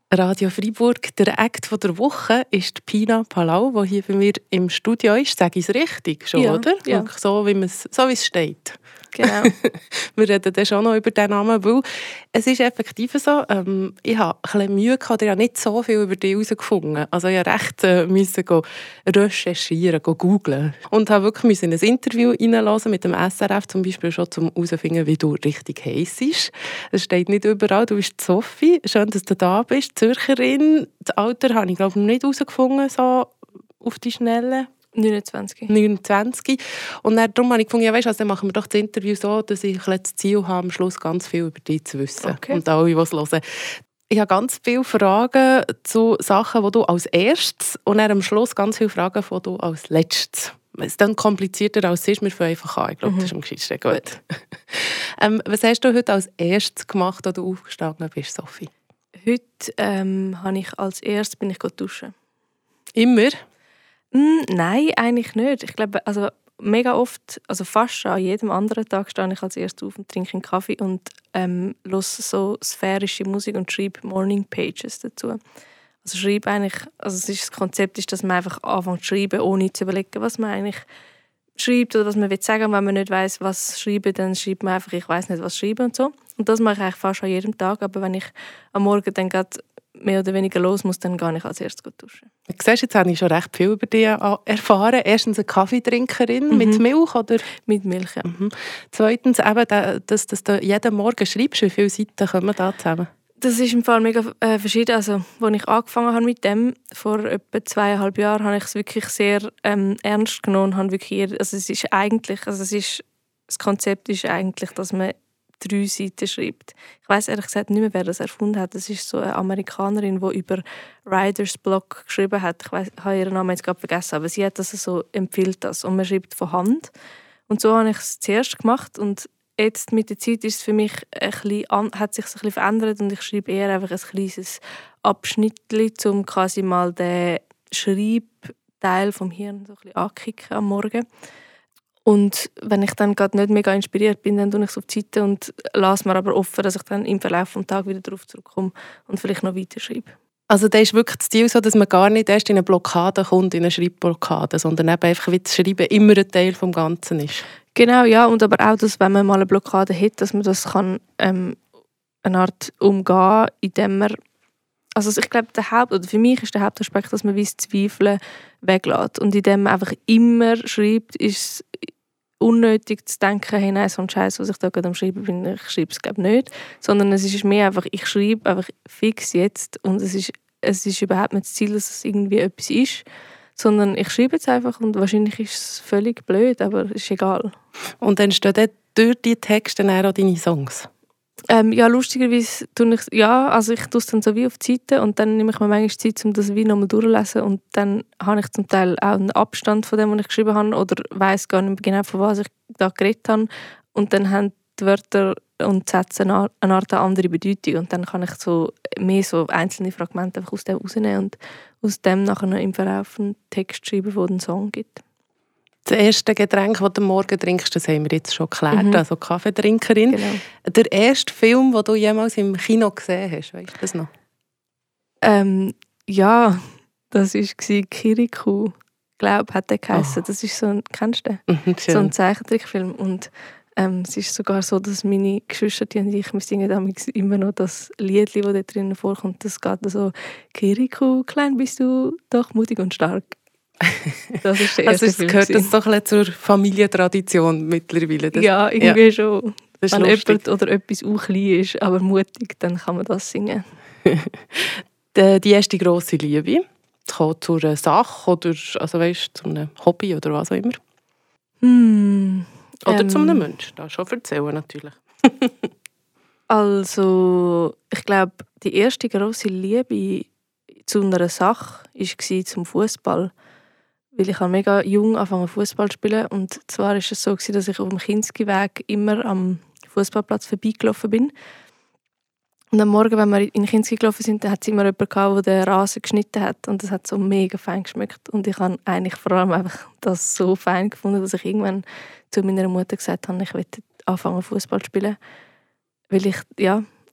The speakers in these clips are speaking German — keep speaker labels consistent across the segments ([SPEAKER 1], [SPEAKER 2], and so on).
[SPEAKER 1] Radio Freiburg, der Act von der Woche ist Pina Palau, die hier bei mir im Studio ist. Sage ich es richtig schon,
[SPEAKER 2] ja,
[SPEAKER 1] oder?
[SPEAKER 2] Ja.
[SPEAKER 1] So wie es steht.
[SPEAKER 2] Genau.
[SPEAKER 1] Wir reden dann schon noch über diesen Namen, weil es ist effektiv so, ich habe ein bisschen Mühe gehabt, ich habe nicht so viel über dich herausgefunden. Also ich musste recht recherchieren, googlen. Und habe wirklich in ein Interview reinhören mit dem SRF, zum Beispiel schon, um herauszufinden, wie du richtig heissest. Es steht nicht überall, du bist Sophie. Schön, dass du da bist, Zürcherin. Das Alter habe ich, glaube ich, nicht herausgefunden, so auf die Schnelle. 29. Und darum habe ich gefunden, ja, weißt, also dann machen wir doch das Interview so, dass ich das Ziel habe, am Schluss ganz viel über dich zu wissen.
[SPEAKER 2] Okay.
[SPEAKER 1] Und alle, die es hören. Ich habe ganz viele Fragen zu Sachen, die du als erstes und dann am Schluss ganz viele Fragen, die du als letztes. Es ist dann komplizierter als es ist, wir fangen einfach an. Ich glaube, das ist am gescheitsten. Gut. Was hast du heute als erstes gemacht, als du aufgestanden bist, Sophie?
[SPEAKER 2] Heute habe ich als erstes bin ich duschen.
[SPEAKER 1] Immer?
[SPEAKER 2] Nein, eigentlich nicht. Ich glaube, also mega oft, also fast an jedem anderen Tag stehe ich als erstes auf und trinke einen Kaffee und höre so sphärische Musik und schreibe Morning Pages dazu. Also schreibe eigentlich, also das Konzept ist, dass man einfach anfängt zu schreiben, ohne zu überlegen, was man eigentlich schreibt oder was man sagen will. Wenn man nicht weiss, was schreiben, dann schreibt man einfach, ich weiss nicht, was schreiben und so. Und das mache ich eigentlich fast an jedem Tag. Aber wenn ich am Morgen dann gerade mehr oder weniger los muss, dann gehe ich als erstes duschen.
[SPEAKER 1] Du siehst, jetzt habe ich schon recht viel über dich erfahren. Erstens eine Kaffeetrinkerin mit Milch, oder?
[SPEAKER 2] Mit Milch, ja.
[SPEAKER 1] Zweitens eben, dass du jeden Morgen schreibst. Wie viele Seiten kommen da zusammen?
[SPEAKER 2] Das ist im Fall mega verschieden. Also, als ich angefangen habe mit dem, vor etwa 2,5 Jahren, habe ich es wirklich sehr ernst genommen. Habe wirklich, das Konzept ist eigentlich, dass man 3 Seiten schreibt. Ich weiss ehrlich gesagt nicht mehr, wer das erfunden hat. Das ist so eine Amerikanerin, die über Writer's Block geschrieben hat. Ich habe ihren Namen jetzt gerade vergessen, aber sie hat das so, empfiehlt das. Und man schreibt von Hand. Und so habe ich es zuerst gemacht. Und jetzt mit der Zeit ist es für mich hat sich ein bisschen verändert und ich schreibe eher einfach ein kleines Abschnittchen, um quasi mal den Schreibteil vom Hirn so ein bisschen anzukicken am Morgen. Und wenn ich dann gerade nicht mega inspiriert bin, dann tue ich es auf die Seite und lasse mir aber offen, dass ich dann im Verlauf des Tages wieder darauf zurückkomme und vielleicht noch weiter schreibe.
[SPEAKER 1] Also da ist wirklich das Ziel so, dass man gar nicht erst in eine Blockade kommt, in eine Schreibblockade, sondern eben einfach wie das Schreiben immer ein Teil des Ganzen ist.
[SPEAKER 2] Genau, ja, und aber auch, dass wenn man mal eine Blockade hat, dass man das kann eine Art umgehen, indem man, also ich glaube, für mich ist der Hauptaspekt, dass man wie das Zweifeln weglässt. Und indem man einfach immer schreibt, ist es unnötig zu denken, hey, nein, so ein Scheiß, was ich da gerade am Schreiben bin, ich schreibe es glaube nicht. Sondern es ist mehr einfach, ich schreibe einfach fix jetzt und es ist überhaupt nicht das Ziel, dass es irgendwie etwas ist, sondern ich schreibe jetzt einfach und wahrscheinlich ist es völlig blöd, aber es ist egal.
[SPEAKER 1] Und dann stehen dann durch die Texte dann auch deine Songs?
[SPEAKER 2] Ja, lustigerweise tue ich es dann so wie auf die Seite und dann nehme ich mir manchmal Zeit, um das wie nochmal durchzulesen und dann habe ich zum Teil auch einen Abstand von dem, was ich geschrieben habe oder weiss gar nicht mehr genau, von was ich da geredet habe und dann haben die Wörter und die Sätze eine andere Bedeutung und dann kann ich so mehr so einzelne Fragmente einfach aus dem rausnehmen und aus dem nachher im Verlauf einen Text schreiben, der einen Song gibt.
[SPEAKER 1] Das erste Getränk, das du am Morgen trinkst, das haben wir jetzt schon geklärt, also Kaffeetrinkerin.
[SPEAKER 2] Genau.
[SPEAKER 1] Der erste Film, den du jemals im Kino gesehen hast, weißt du das noch?
[SPEAKER 2] Ja, das war Kirikou. Ich glaube, hat der geheissen. Das ist so ein, kennst du den? So ein Zeichentrickfilm. Und es ist sogar so, dass meine Geschwister und ich, wir singen damals immer noch das Lied, das da drinnen vorkommt. Das geht so: Kirikou, klein bist du, doch mutig und stark. Das ist der erste Film.
[SPEAKER 1] Gehört das doch ein bisschen zur Familientradition mittlerweile?
[SPEAKER 2] Ja, irgendwie schon. Wenn
[SPEAKER 1] lustig.
[SPEAKER 2] jemand oder etwas auch klein ist, aber mutig, dann kann man das singen.
[SPEAKER 1] Die erste grosse Liebe kommt zu einer Sache oder also weißt, zu einem Hobby oder was auch immer? Oder zu einem Menschen, das schon erzählen natürlich.
[SPEAKER 2] Also, ich glaube, die erste grosse Liebe zu einer Sache war zum Fußball. Weil ich mega jung angefangen Fußball zu spielen. Und zwar war es so, dass ich auf dem Kinski-Weg immer am Fußballplatz vorbeigelaufen bin. Und am Morgen, wenn wir in Kinski gelaufen sind, dann hat es immer jemanden gehabt, der den Rasen geschnitten hat. Und das hat so mega fein geschmeckt. Und ich habe eigentlich vor allem einfach das so fein gefunden, dass ich irgendwann zu meiner Mutter gesagt habe, ich möchte anfangen Fußball zu spielen. Weil ich, ja,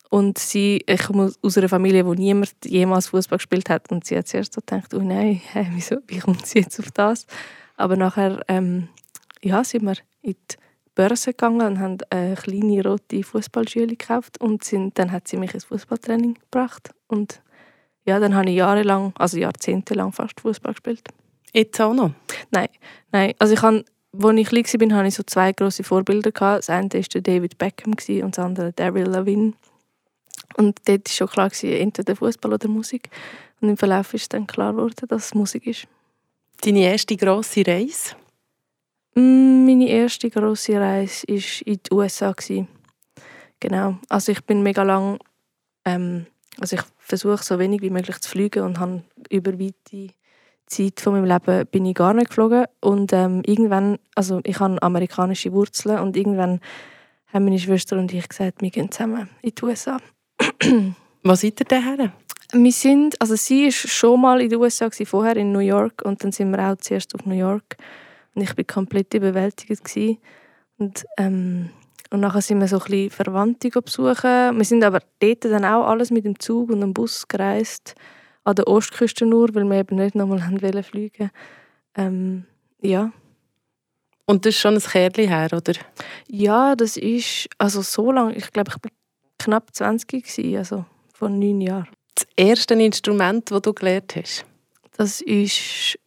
[SPEAKER 2] Und ich komme aus einer Familie, wo niemand jemals Fußball gespielt hat. Und sie hat zuerst so gedacht, oh nein, wie kommt sie jetzt auf das? Aber nachher sind wir in die Börse gegangen und haben eine kleine rote Fußballschüle gekauft. Und dann hat sie mich ins Fußballtraining gebracht. Und ja, dann habe ich jahrzehntelang fast Fußball gespielt.
[SPEAKER 1] Jetzt auch noch?
[SPEAKER 2] Nein. Also als ich klein war, hatte ich so 2 grosse Vorbilder. Das eine war David Beckham und das andere Avril Lavigne. Und dort war schon klar, entweder Fußball oder Musik. Und im Verlauf ist dann klar geworden, dass es Musik ist.
[SPEAKER 1] Deine erste grosse Reise?
[SPEAKER 2] Meine erste grosse Reise war in die USA. Genau. Also ich bin mega lang... ich versuche so wenig wie möglich zu fliegen und habe über weite Zeit von meinem Leben bin ich gar nicht geflogen. Und irgendwann... Also ich habe amerikanische Wurzeln und irgendwann haben meine Schwester und ich gesagt, wir gehen zusammen in die USA.
[SPEAKER 1] Wo seid ihr denn her?
[SPEAKER 2] Sie war schon mal in den USA, vorher in New York. Und dann sind wir auch zuerst auf New York. Und ich war komplett überwältigt. Und nachher sind wir so ein bisschen Verwandte besuchen. Wir sind aber dort dann auch alles mit dem Zug und dem Bus gereist. An der Ostküste nur, weil wir eben nicht nochmal fliegen wollten. Ja.
[SPEAKER 1] Und das ist schon ein Kerlchen her, oder?
[SPEAKER 2] Ja, das ist also so lange. Ich glaube, ich war knapp 20 gewesen, also vor 9 Jahren.
[SPEAKER 1] Das erste Instrument, das du gelernt hast?
[SPEAKER 2] Das ist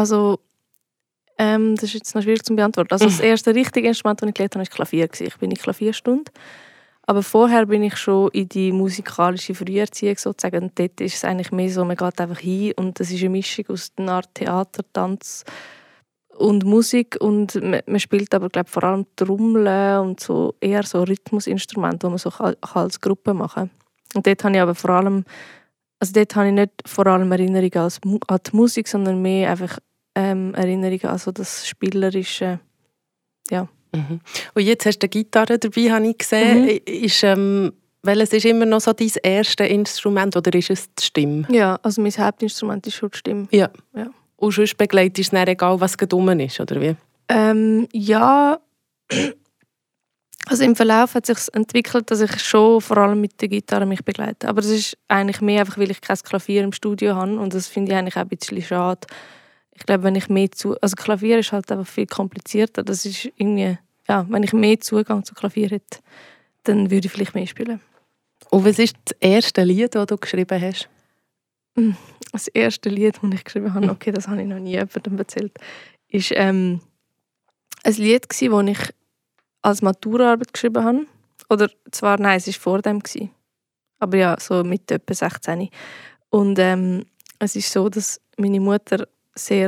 [SPEAKER 2] jetzt noch schwierig zu beantworten. Also das erste richtige Instrument, das ich gelernt habe, war Klavier. Ich bin in Klavierstunde. Aber vorher bin ich schon in die musikalische Früherziehung sozusagen. Und dort ist es eigentlich mehr so, man geht einfach hin und das ist eine Mischung aus einer Art Theater, Tanz und Musik. Und man spielt aber, glaube ich, vor allem Trommeln und so eher so Rhythmusinstrumente, die man so als Gruppe machen kann. Und dort habe ich aber dort habe ich nicht vor allem Erinnerungen an die Musik, sondern mehr einfach Erinnerungen an so das Spielerische. Ja.
[SPEAKER 1] Mhm. Und jetzt hast du eine Gitarre dabei, habe ich gesehen. Welches ist immer noch so dein erstes Instrument oder ist es die Stimme?
[SPEAKER 2] Ja, also mein Hauptinstrument ist schon die Stimme.
[SPEAKER 1] Ja. Und sonst begleitest du es nicht, egal was dumm ist, oder wie?
[SPEAKER 2] Ja. Also im Verlauf hat sich entwickelt, dass ich schon vor allem mit der Gitarre mich begleite. Aber das ist eigentlich mehr einfach, weil ich kein Klavier im Studio habe und das finde ich eigentlich auch ein bisschen schade. Ich glaube, wenn ich also Klavier ist halt einfach viel komplizierter. Das ist irgendwie, ja, wenn ich mehr Zugang zu Klavier hätte, dann würde ich vielleicht mehr spielen.
[SPEAKER 1] Und was ist das erste Lied, das du geschrieben hast?
[SPEAKER 2] Das erste Lied, das ich geschrieben habe, okay, das habe ich noch nie jemandem erzählt, ist ein Lied, das ich als Maturaarbeit geschrieben habe. Oder zwar, nein, es war vor dem. Aber ja, so mit etwa 16. Und es ist so, dass meine Mutter sehr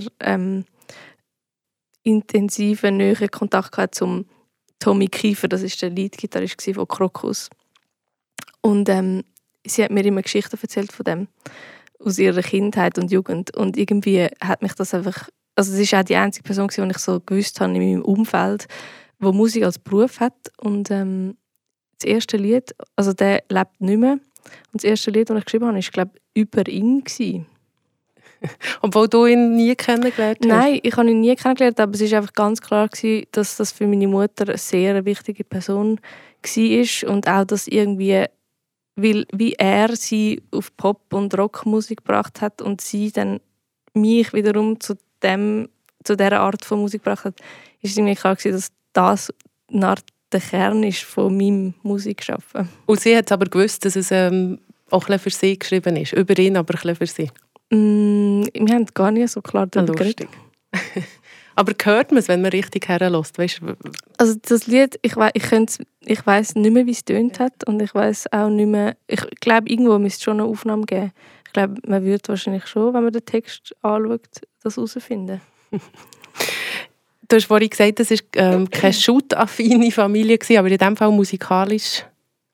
[SPEAKER 2] intensiven, nahen Kontakt hatte zum Tommy Kiefer. Das war der Leadgitarrist von Krokus. Und sie hat mir immer Geschichten erzählt von dem, aus ihrer Kindheit und Jugend. Und irgendwie hat mich das einfach... Also es ist auch die einzige Person, die ich so gewusst habe in meinem Umfeld, die Musik als Beruf hat. Und das erste Lied, also der lebt nicht mehr. Und das erste Lied, das ich geschrieben habe, war, glaube ich, über ihn.
[SPEAKER 1] Obwohl du ihn nie kennengelernt hast?
[SPEAKER 2] Nein, ich habe ihn nie kennengelernt, aber es war einfach ganz klar, dass das für meine Mutter eine sehr wichtige Person war. Und auch, dass irgendwie, wie er sie auf Pop- und Rockmusik gebracht hat und sie dann mich wiederum zu dieser Art von Musik gebracht hat, ist irgendwie klar, dass das eine Art der Kern ist von meinem Musikschaffen.
[SPEAKER 1] Und sie hat aber gewusst, dass es auch ein bisschen für sie geschrieben ist. Über ihn, aber ein bisschen für sie.
[SPEAKER 2] Wir haben gar nicht so klar darüber geredet.
[SPEAKER 1] Aber hört man es, wenn man richtig herlässt?
[SPEAKER 2] Also das Lied, ich weiss nicht mehr, wie es tönt hat. Und ich weiss auch nicht mehr... Ich glaube, irgendwo müsste es schon eine Aufnahme geben. Ich glaube, man würde wahrscheinlich schon, wenn man den Text anschaut, das herausfinden.
[SPEAKER 1] Du hast vorhin gesagt, das war keine shoot-affine Familie, aber in diesem Fall musikalisch.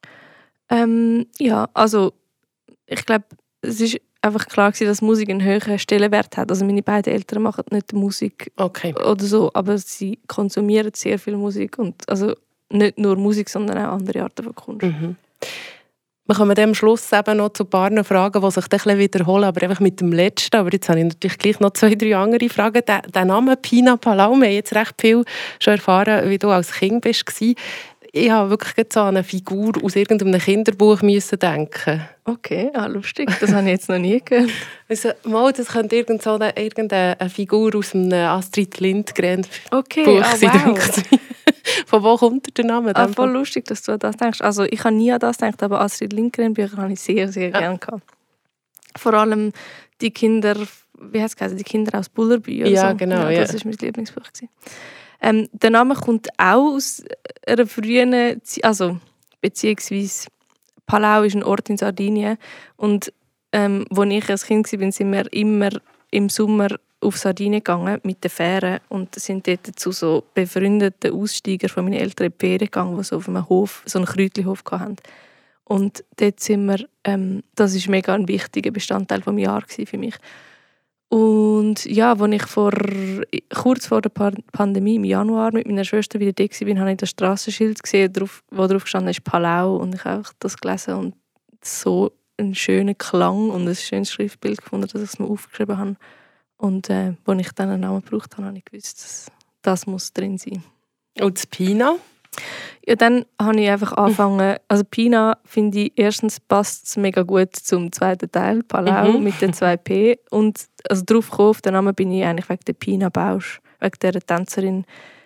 [SPEAKER 2] Ja, also ich glaube, es ist einfach klar gewesen, dass Musik einen höheren Stellenwert hat. Also meine beiden Eltern machen nicht Musik oder so, aber sie konsumieren sehr viel Musik und also nicht nur Musik, sondern auch andere Arten von Kunst.
[SPEAKER 1] Mhm. Wir kommen am Schluss eben noch zu ein paar Fragen, die sich ein bisschen wiederholen, aber einfach mit dem letzten. Aber jetzt habe ich natürlich gleich noch 2, 3 andere Fragen. Der Name Pina Palau, wir haben jetzt recht viel schon erfahren, wie du als Kind warst. Ich habe wirklich gerade so an eine Figur aus irgendeinem Kinderbuch müssen denken.
[SPEAKER 2] Okay, lustig. Das habe ich jetzt noch nie gehört.
[SPEAKER 1] Also, das könnte irgendeine Figur aus einem Astrid Lindgren
[SPEAKER 2] Okay,
[SPEAKER 1] Buch
[SPEAKER 2] wow.
[SPEAKER 1] sein, denke ich. Von wo kommt der Name?
[SPEAKER 2] Voll lustig, dass du an das denkst. Also ich habe nie an das gedacht, aber Astrid Lindgren-Bücher habe ich sehr, sehr gerne gehabt. Vor allem die Kinder, wie heißt es geheißen, die Kinder aus Bullerbü oder
[SPEAKER 1] ja,
[SPEAKER 2] so.
[SPEAKER 1] genau.
[SPEAKER 2] Ja, das war mein Lieblingsbuch. Der Name kommt auch aus einer frühen, also beziehungsweise Palau ist ein Ort in Sardinien und als ich als Kind war, sind wir immer im Sommer auf Sardinien gegangen mit der Fähre und sind dort zu so befreundeten Aussteigern von meinen Eltern in die Ferien gegangen, die so auf einem Hof, so einen Kräutlihof hatten. Und dort sind wir, das war mega ein wichtiger Bestandteil des Jahres für mich. Und ja, als ich kurz vor der Pandemie im Januar mit meiner Schwester wieder da war, habe ich das Strassenschild gesehen, wo drauf gestanden ist Palau. Und ich habe das gelesen und so einen schönen Klang und ein schönes Schriftbild gefunden, dass ich es mir aufgeschrieben habe. Und als ich dann einen Namen gebraucht habe, habe ich gewusst, dass das muss drin sein.
[SPEAKER 1] Und das Pina?
[SPEAKER 2] Ja, dann habe ich einfach angefangen. Also Pina, finde ich, erstens passt es mega gut zum zweiten Teil, Palau, mit den 2 P. Und also drauf gekommen, auf den Namen bin ich eigentlich wegen der Pina Bausch, wegen dieser Tänzerin.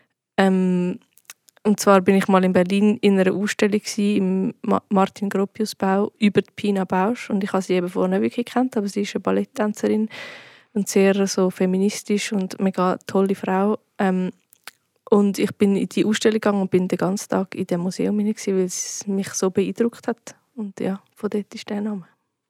[SPEAKER 2] Und zwar bin ich mal in Berlin in einer Ausstellung im Martin Gropius Bau über die Pina Bausch. Und ich habe sie eben vorher nicht wirklich gekannt, aber sie ist eine Balletttänzerin und sehr so feministisch und mega tolle Frau. Und ich bin in die Ausstellung gegangen und bin den ganzen Tag in dem Museum hinein, weil es mich so beeindruckt hat. Und ja, von dort ist der Name.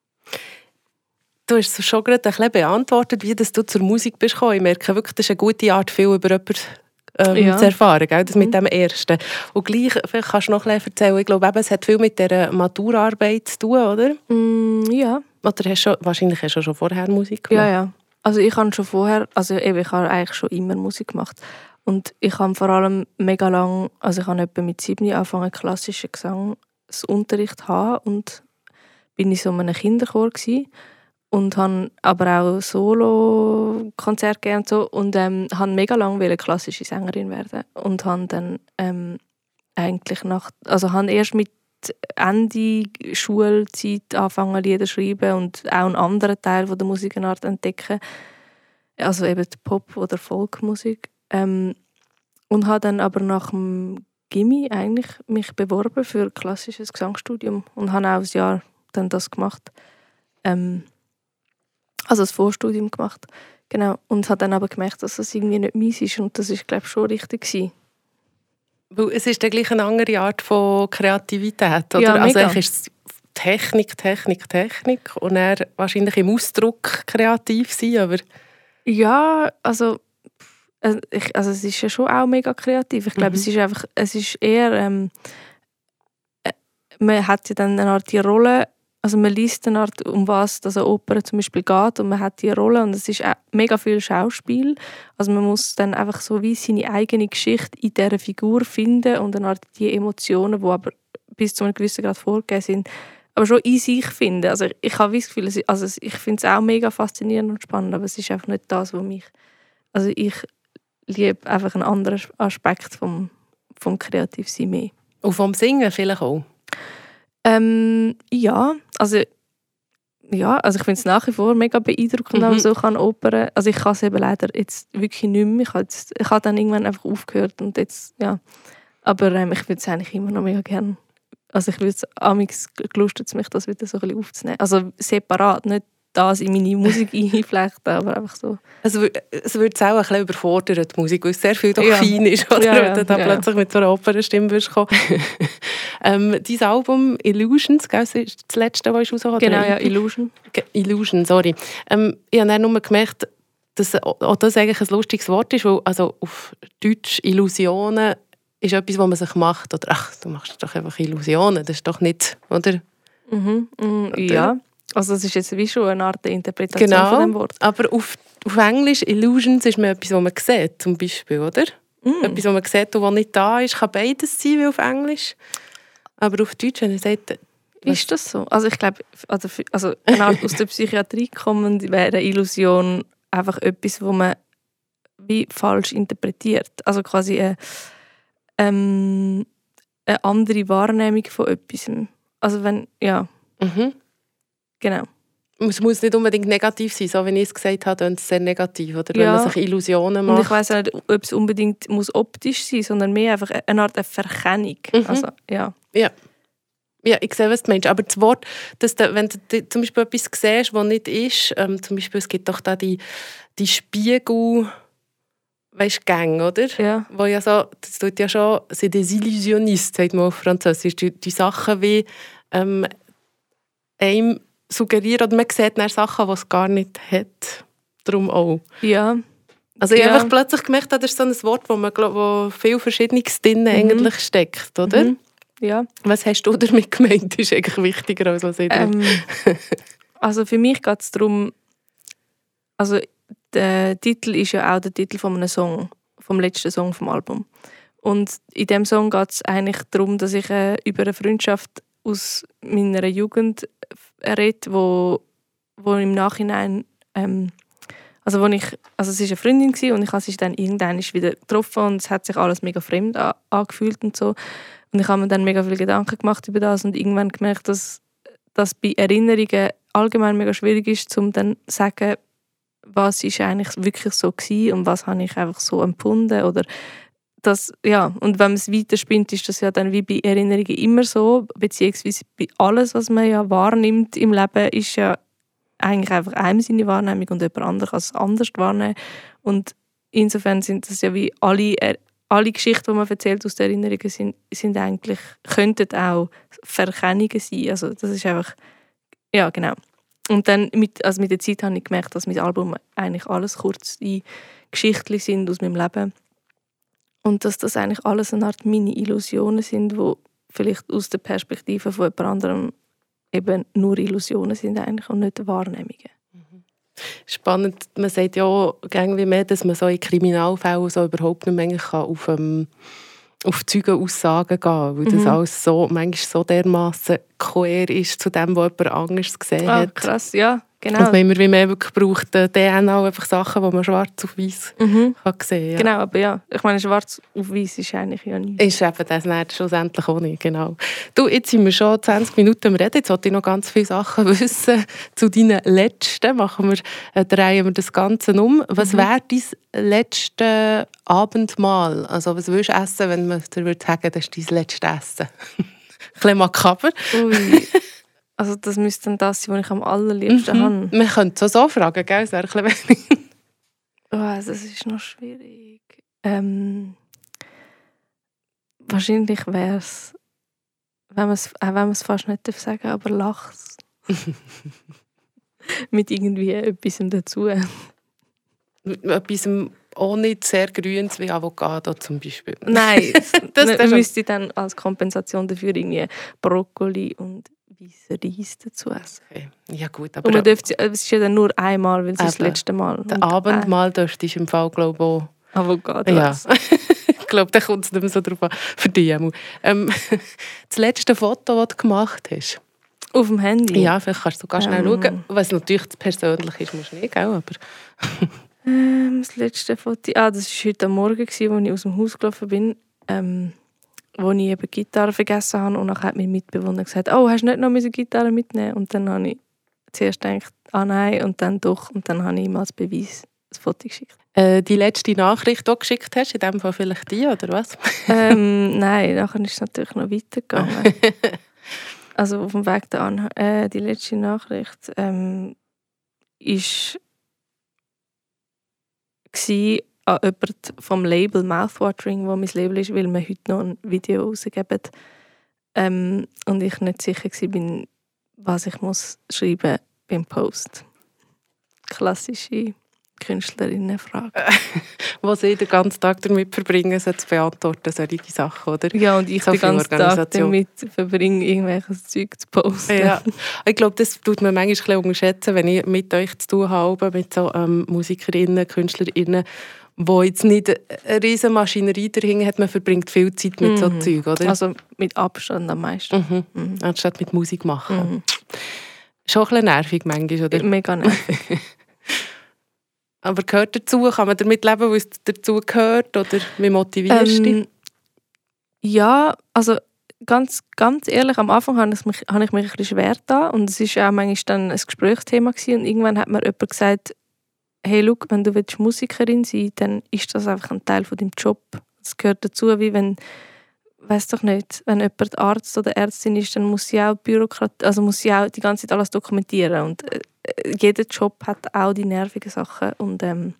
[SPEAKER 1] Du hast es schon gerade ein bisschen beantwortet, wie du zur Musik bist gekommen. Ich merke wirklich, das ist eine gute Art, viel über jemanden zu erfahren, gell? Das mit dem Ersten. Und gleich, vielleicht kannst du noch ein bisschen erzählen, ich glaube, es hat viel mit dieser Maturarbeit zu tun, oder?
[SPEAKER 2] Ja.
[SPEAKER 1] Oder wahrscheinlich hast du schon vorher Musik gemacht?
[SPEAKER 2] Ja. Also ich habe schon vorher, ich habe eigentlich schon immer Musik gemacht. Und ich habe vor allem mega lang, also ich habe etwa mit 7 angefangen, klassischen Gesangsunterricht zu haben und bin in so einem Kinderchor gewesen. Und habe aber auch Solo-Konzerte gegeben und so. Und habe mega lange klassische Sängerin werden. Und habe dann eigentlich habe erst mit Ende Schulzeit angefangen, Lieder zu schreiben und auch einen anderen Teil von der Musikart entdecken. Also eben die Pop- oder Folkmusik. Und habe dann aber nach dem Gymi eigentlich mich beworben für ein klassisches Gesangsstudium. Und habe auch ein Jahr dann das gemacht. Also das Vorstudium gemacht. Genau. Und habe dann aber gemerkt, dass das irgendwie nicht meins ist. Und das war, glaube ich, schon richtig gewesen.
[SPEAKER 1] Weil es ist dann gleich eine andere Art von Kreativität, oder?
[SPEAKER 2] Ja,
[SPEAKER 1] also
[SPEAKER 2] mega.
[SPEAKER 1] ist es Technik und dann wahrscheinlich im Ausdruck kreativ sein, aber...
[SPEAKER 2] Ja, also es ist ja schon auch mega kreativ. Ich glaube, es ist eher... man hat ja dann eine Art die Rolle... Also man liest eine Art, um was das eine Oper zum Beispiel geht und man hat die Rolle und es ist auch mega viel Schauspiel. Also man muss dann einfach so wie seine eigene Geschichte in dieser Figur finden und eine Art die Emotionen, die aber bis zu einem gewissen Grad vorgegeben sind, aber schon in sich finden. Also ich habe das Gefühl, ich finde es auch mega faszinierend und spannend, aber es ist einfach nicht das, was mich... Also ich liebe einfach einen anderen Aspekt vom Kreativsein mehr.
[SPEAKER 1] Und vom Singen vielleicht auch?
[SPEAKER 2] Also ich finde es nach wie vor mega beeindruckend, wenn man so kann Opern. Also ich kann es eben leider jetzt wirklich nicht mehr. Ich habe dann irgendwann einfach aufgehört und jetzt, ja. Aber ich würde es eigentlich immer noch mega gerne. Also ich würde es, amigs gelustet es mich, das wieder so ein bisschen aufzunehmen. Also separat, nicht das in meine Musik einflechten, aber einfach so.
[SPEAKER 1] Also es würde es auch ein bisschen überfordern, die Musik, weil es sehr viel doch fein ist, oder? Wenn du da plötzlich mit so einer Opernstimme wirst kommen. Dein Album «Illusions», gell, das ist das letzte, das du rausgebracht hast?
[SPEAKER 2] Genau, ja, «Illusion».
[SPEAKER 1] «Illusion», sorry. Ich habe dann nur gemerkt, dass auch das eigentlich ein lustiges Wort ist, weil also auf Deutsch «Illusionen» ist etwas, was man sich macht. Oder «Ach, du machst doch einfach Illusionen», das ist doch nicht, oder?
[SPEAKER 2] Ja. Also es ist jetzt wie schon eine Art Interpretation von dem Wort.
[SPEAKER 1] Aber auf Englisch «Illusions» ist mir etwas, was man sieht, zum Beispiel, oder? Etwas, was man sieht und was nicht da ist, kann beides sein, wie auf Englisch. Aber auf Deutsch, wenn man sagt...
[SPEAKER 2] Ist das so? Also ich glaube, also eine Art aus der Psychiatrie kommend wäre eine Illusion einfach etwas, wo man wie falsch interpretiert. Also quasi eine andere Wahrnehmung von etwas. Also wenn, ja, genau.
[SPEAKER 1] Es muss nicht unbedingt negativ sein, so wie ich es gesagt habe, dann ist es sehr negativ, oder?
[SPEAKER 2] Ja.
[SPEAKER 1] Wenn man sich Illusionen macht.
[SPEAKER 2] Und ich weiss auch nicht, ob es unbedingt muss optisch sein muss, sondern mehr einfach eine Art Verkennung. Also, ja.
[SPEAKER 1] Ja, ich sehe, was du meinst. Aber das Wort, dass wenn du zum Beispiel etwas siehst, was nicht ist, zum Beispiel, es gibt doch da die Spiegel, weißt, Gänge, oder?
[SPEAKER 2] Ja.
[SPEAKER 1] Wo ja so, das tut ja schon, c'est des illusionnistes, sagt man auf Französisch, die Sachen wie einem suggerieren, oder man sieht dann Sachen, die es gar nicht hat. Darum auch.
[SPEAKER 2] Ja.
[SPEAKER 1] Also ich habe einfach plötzlich gemerkt, das ist so ein Wort, wo viel Verschiedenes drin eigentlich steckt, oder?
[SPEAKER 2] Ja.
[SPEAKER 1] Was hast du damit gemeint? Das ist eigentlich wichtiger, als was ich
[SPEAKER 2] Also für mich geht es darum, also der Titel ist ja auch der Titel von einem Song, vom letzten Song vom Album. Und in diesem Song geht es eigentlich darum, dass ich über eine Freundschaft aus meiner Jugend rede, wo im Nachhinein, also es war eine Freundin gewesen, und ich habe sie dann irgendwann wieder getroffen und es hat sich alles mega fremd angefühlt und so. Und ich habe mir dann mega viele Gedanken gemacht über das und irgendwann gemerkt, dass das bei Erinnerungen allgemein mega schwierig ist, um dann zu sagen, was ist eigentlich wirklich so gewesen und was habe ich einfach so empfunden oder das, ja. Und wenn man es weiterspinnt, ist das ja dann wie bei Erinnerungen immer so, beziehungsweise bei alles, was man ja wahrnimmt im Leben, ist ja eigentlich einfach einem seine Wahrnehmung und jemand anderes kann es anders wahrnehmen. Und insofern sind das ja wie alle Geschichten, die man erzählt aus den Erinnerungen, sind eigentlich, könnten auch Verkennungen sein. Also das ist einfach, ja genau. Und dann mit der Zeit habe ich gemerkt, dass mein Album eigentlich alles kurze Geschichten sind aus meinem Leben. Und dass das eigentlich alles eine Art Mini-Illusionen sind, die vielleicht aus der Perspektive von jemand anderem eben nur Illusionen sind eigentlich und nicht Wahrnehmungen.
[SPEAKER 1] Spannend, man sagt ja irgendwie mehr, dass man so in Kriminalfällen so überhaupt nicht mehr auf Zeugenaussagen gehen, weil das alles so, manchmal so dermassen quer ist zu dem, was jemand anderes gesehen hat.
[SPEAKER 2] Krass, ja, genau.
[SPEAKER 1] Also man immer wie mehr gebraucht, DNA, einfach Sachen, die man schwarz auf weiß kann sehen. Ja.
[SPEAKER 2] Genau, aber ja, ich meine, schwarz auf weiß ist eigentlich ja nichts.
[SPEAKER 1] Ist eben das nicht, schlussendlich auch nicht, genau. Du, jetzt sind wir schon 20 Minuten am Reden, jetzt wollte ich noch ganz viele Sachen wissen. Zu deinen letzten drehen wir das Ganze um. Was wäre dein letztes Abendmahl? Also was würdest du essen, wenn man dir würde sagen, das ist dein letztes Essen? Ein bisschen makaber.
[SPEAKER 2] Ui. Also das müsste dann das sein, was ich am allerliebsten habe.
[SPEAKER 1] Man könnte so fragen, gell? Das wäre ein bisschen wenig.
[SPEAKER 2] Das ist noch schwierig. Wahrscheinlich wäre es, wenn man es fast nicht sagen darf, aber Lachs. Mit irgendwie etwas dazu.
[SPEAKER 1] Etwas auch nicht sehr Grünes wie Avocado zum Beispiel.
[SPEAKER 2] Nein, das müsste dann als Kompensation dafür irgendwie Brokkoli und weißen Reis dazu essen. Okay.
[SPEAKER 1] Ja gut, aber
[SPEAKER 2] und es ist ja dann nur einmal, weil es ist das letzte Mal.
[SPEAKER 1] Der Abendmahl dürftest du im Fall, glaube ich, auch...
[SPEAKER 2] Avocado.
[SPEAKER 1] Ja. Ich glaube, da kommt es nicht mehr so drauf an. Für dich das letzte Foto, das du gemacht hast?
[SPEAKER 2] Auf dem Handy?
[SPEAKER 1] Ja, vielleicht kannst du ganz schnell schauen. Was natürlich persönlich ist, musst du nicht, gell? Aber
[SPEAKER 2] das letzte Foto... das war heute am Morgen, als ich aus dem Haus gelaufen bin. Wo ich eben Gitarre vergessen habe und dann hat mein Mitbewohner gesagt, oh, hast du nicht noch eine Gitarre mitnehmen? Und dann habe ich zuerst gedacht, nein, und dann doch. Und dann habe ich ihm als Beweis ein Foto geschickt.
[SPEAKER 1] Die letzte Nachricht, die du geschickt hast, in dem Fall vielleicht die, oder was?
[SPEAKER 2] Nein, nachher ist es natürlich noch weitergegangen. Also auf dem Weg dahin. Die letzte Nachricht ist an jemand vom Label Mouthwatering, wo mein Label ist, weil wir heute noch ein Video rausgeben. Und ich nicht sicher war, was ich muss schreiben beim Post. Klassische Künstlerinnenfrage.
[SPEAKER 1] Wo sie den ganzen Tag damit verbringen, sie zu beantworten, solche Sachen, oder?
[SPEAKER 2] Ja, und ich so den ganzen Tag damit verbringe, irgendwelches Zeug zu posten.
[SPEAKER 1] Ja. Ich glaube, das tut man manchmal ein bisschen unterschätzen, wenn ich mit euch zu tun habe, mit so Musikerinnen, Künstlerinnen, wo jetzt nicht eine riesen Maschinerie dahinter hat, man verbringt viel Zeit mit so Zeug, oder?
[SPEAKER 2] Also mit Abstand am meisten.
[SPEAKER 1] Anstatt mit Musik machen. Schon ein bisschen nervig manchmal, oder?
[SPEAKER 2] Mega nervig.
[SPEAKER 1] Aber gehört dazu? Kann man damit leben, weil es dazu gehört? Oder wie motivierst du dich?
[SPEAKER 2] Ja, also ganz ehrlich, am Anfang habe ich mich ein bisschen schwer getan und es war auch manchmal dann ein Gesprächsthema gewesen. Und irgendwann hat mir jemand gesagt, hey, look, wenn du Musikerin sein willst, dann ist das einfach ein Teil von deinem Job. Das gehört dazu, wie wenn, weiss doch nicht, wenn jemand Arzt oder Ärztin ist, dann muss sie auch muss sie auch die ganze Zeit alles dokumentieren. Und jeder Job hat auch die nervigen Sachen und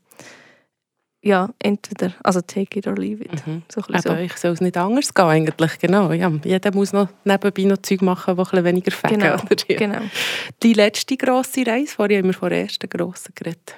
[SPEAKER 2] ja, entweder, also take it or leave it. So ein bisschen
[SPEAKER 1] aber ich soll es nicht anders gehen eigentlich, genau. Ja, jeder muss noch nebenbei noch Zeug machen, die ein bisschen weniger fegen.
[SPEAKER 2] Genau,
[SPEAKER 1] oder? Ja.
[SPEAKER 2] genau.
[SPEAKER 1] Die letzte grosse Reise, vorher haben wir von der ersten grossen geredet.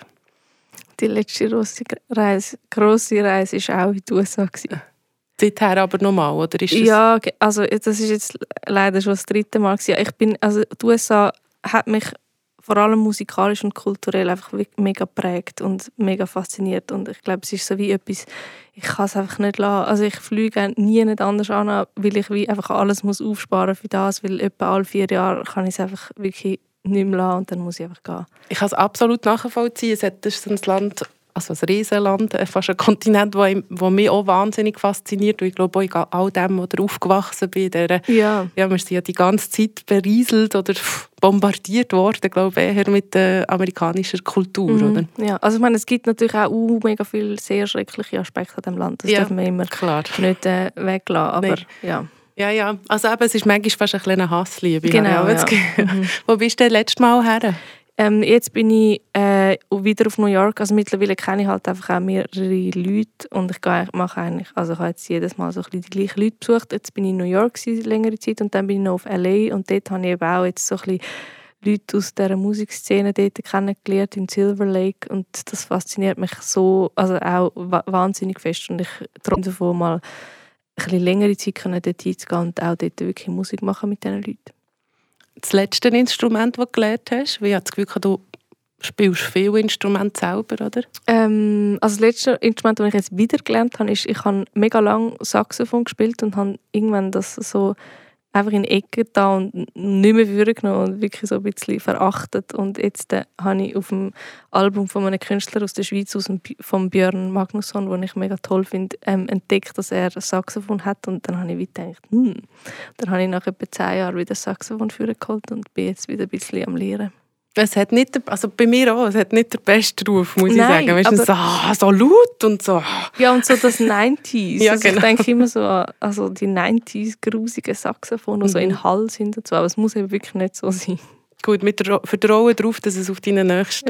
[SPEAKER 2] Die letzte grosse Reise war auch in den USA.
[SPEAKER 1] Seither aber nochmal, oder ist das...
[SPEAKER 2] Ja, also das ist jetzt leider schon das 3. Mal. Ja, die USA hat mich vor allem musikalisch und kulturell einfach mega geprägt und mega fasziniert. Und ich glaube, es ist so wie etwas, ich kann es einfach nicht lassen. Also ich fliege nie nicht anders an, weil ich wie einfach alles muss aufsparen für das, weil etwa alle 4 Jahre kann ich es einfach wirklich nicht mehr lassen und dann muss ich einfach gehen.
[SPEAKER 1] Ich kann es absolut nachvollziehen. Das ist ein Land, also ein Riesenland, fast ein Kontinent, wo mich auch wahnsinnig fasziniert. Und ich glaube auch in all dem, wo ich aufgewachsen bin. Ja, wir sind ja die ganze Zeit berieselt oder bombardiert worden, glaube ich, eher mit der amerikanischen Kultur. Oder?
[SPEAKER 2] Ja, also ich meine, es gibt natürlich auch mega viele sehr schreckliche Aspekte an diesem Land. Das dürfen wir immer nicht weglassen. Aber ja.
[SPEAKER 1] Ja, also eben, es ist manchmal fast ein kleiner Hassliebe.
[SPEAKER 2] Genau, ja.
[SPEAKER 1] Wo bist du denn letztes Mal her?
[SPEAKER 2] Jetzt bin ich wieder auf New York. Also mittlerweile kenne ich halt einfach auch mehrere Leute und ich habe jetzt jedes Mal so ein bisschen die gleichen Leute besucht. Jetzt bin ich in New York längere Zeit und dann bin ich noch auf LA und dort habe ich eben auch jetzt so ein bisschen Leute aus dieser Musikszene dort kennengelernt in Silver Lake und das fasziniert mich so, also auch wahnsinnig fest und ich träume davon, mal ein bisschen längere Zeit dort hinzugehen und auch dort wirklich Musik machen mit diesen Leuten.
[SPEAKER 1] Das letzte Instrument, das du gelernt hast, ich habe das Gefühl, du spielst viele Instrumente selber, oder?
[SPEAKER 2] Also das letzte Instrument, das ich jetzt wieder gelernt habe, ist, ich habe mega lange Saxophon gespielt und habe irgendwann das so einfach in die Ecke da und nicht mehr vorgenommen und wirklich so ein bisschen verachtet. Und jetzt habe ich auf dem Album von einem Künstler aus der Schweiz, von Björn Magnusson, den ich mega toll finde, entdeckt, dass er ein Saxophon hat. Und dann habe ich wieder gedacht, Dann habe ich nach etwa 10 Jahren wieder Saxophon vorgeholt und bin jetzt wieder ein bisschen am Lernen.
[SPEAKER 1] Es hat nicht, also bei mir auch, es hat nicht den besten Ruf, muss ich sagen. Weißt du, so laut und so.
[SPEAKER 2] Ja, und so das 90s.
[SPEAKER 1] Ja,
[SPEAKER 2] also
[SPEAKER 1] genau.
[SPEAKER 2] Ich denke immer so an die 90s grusigen Saxophone, die so in Hall sind und so. Aber es muss eben wirklich nicht so sein.
[SPEAKER 1] Gut, mit Vertrauen darauf, dass es auf deinen nächsten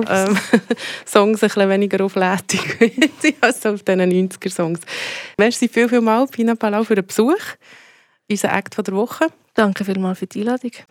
[SPEAKER 1] Songs ein bisschen weniger auflädig wird als auf diesen 90er-Songs. Merci viel mal, Pina Palau, für den Besuch. Unser Act von der Woche.
[SPEAKER 2] Danke vielmals für die Einladung.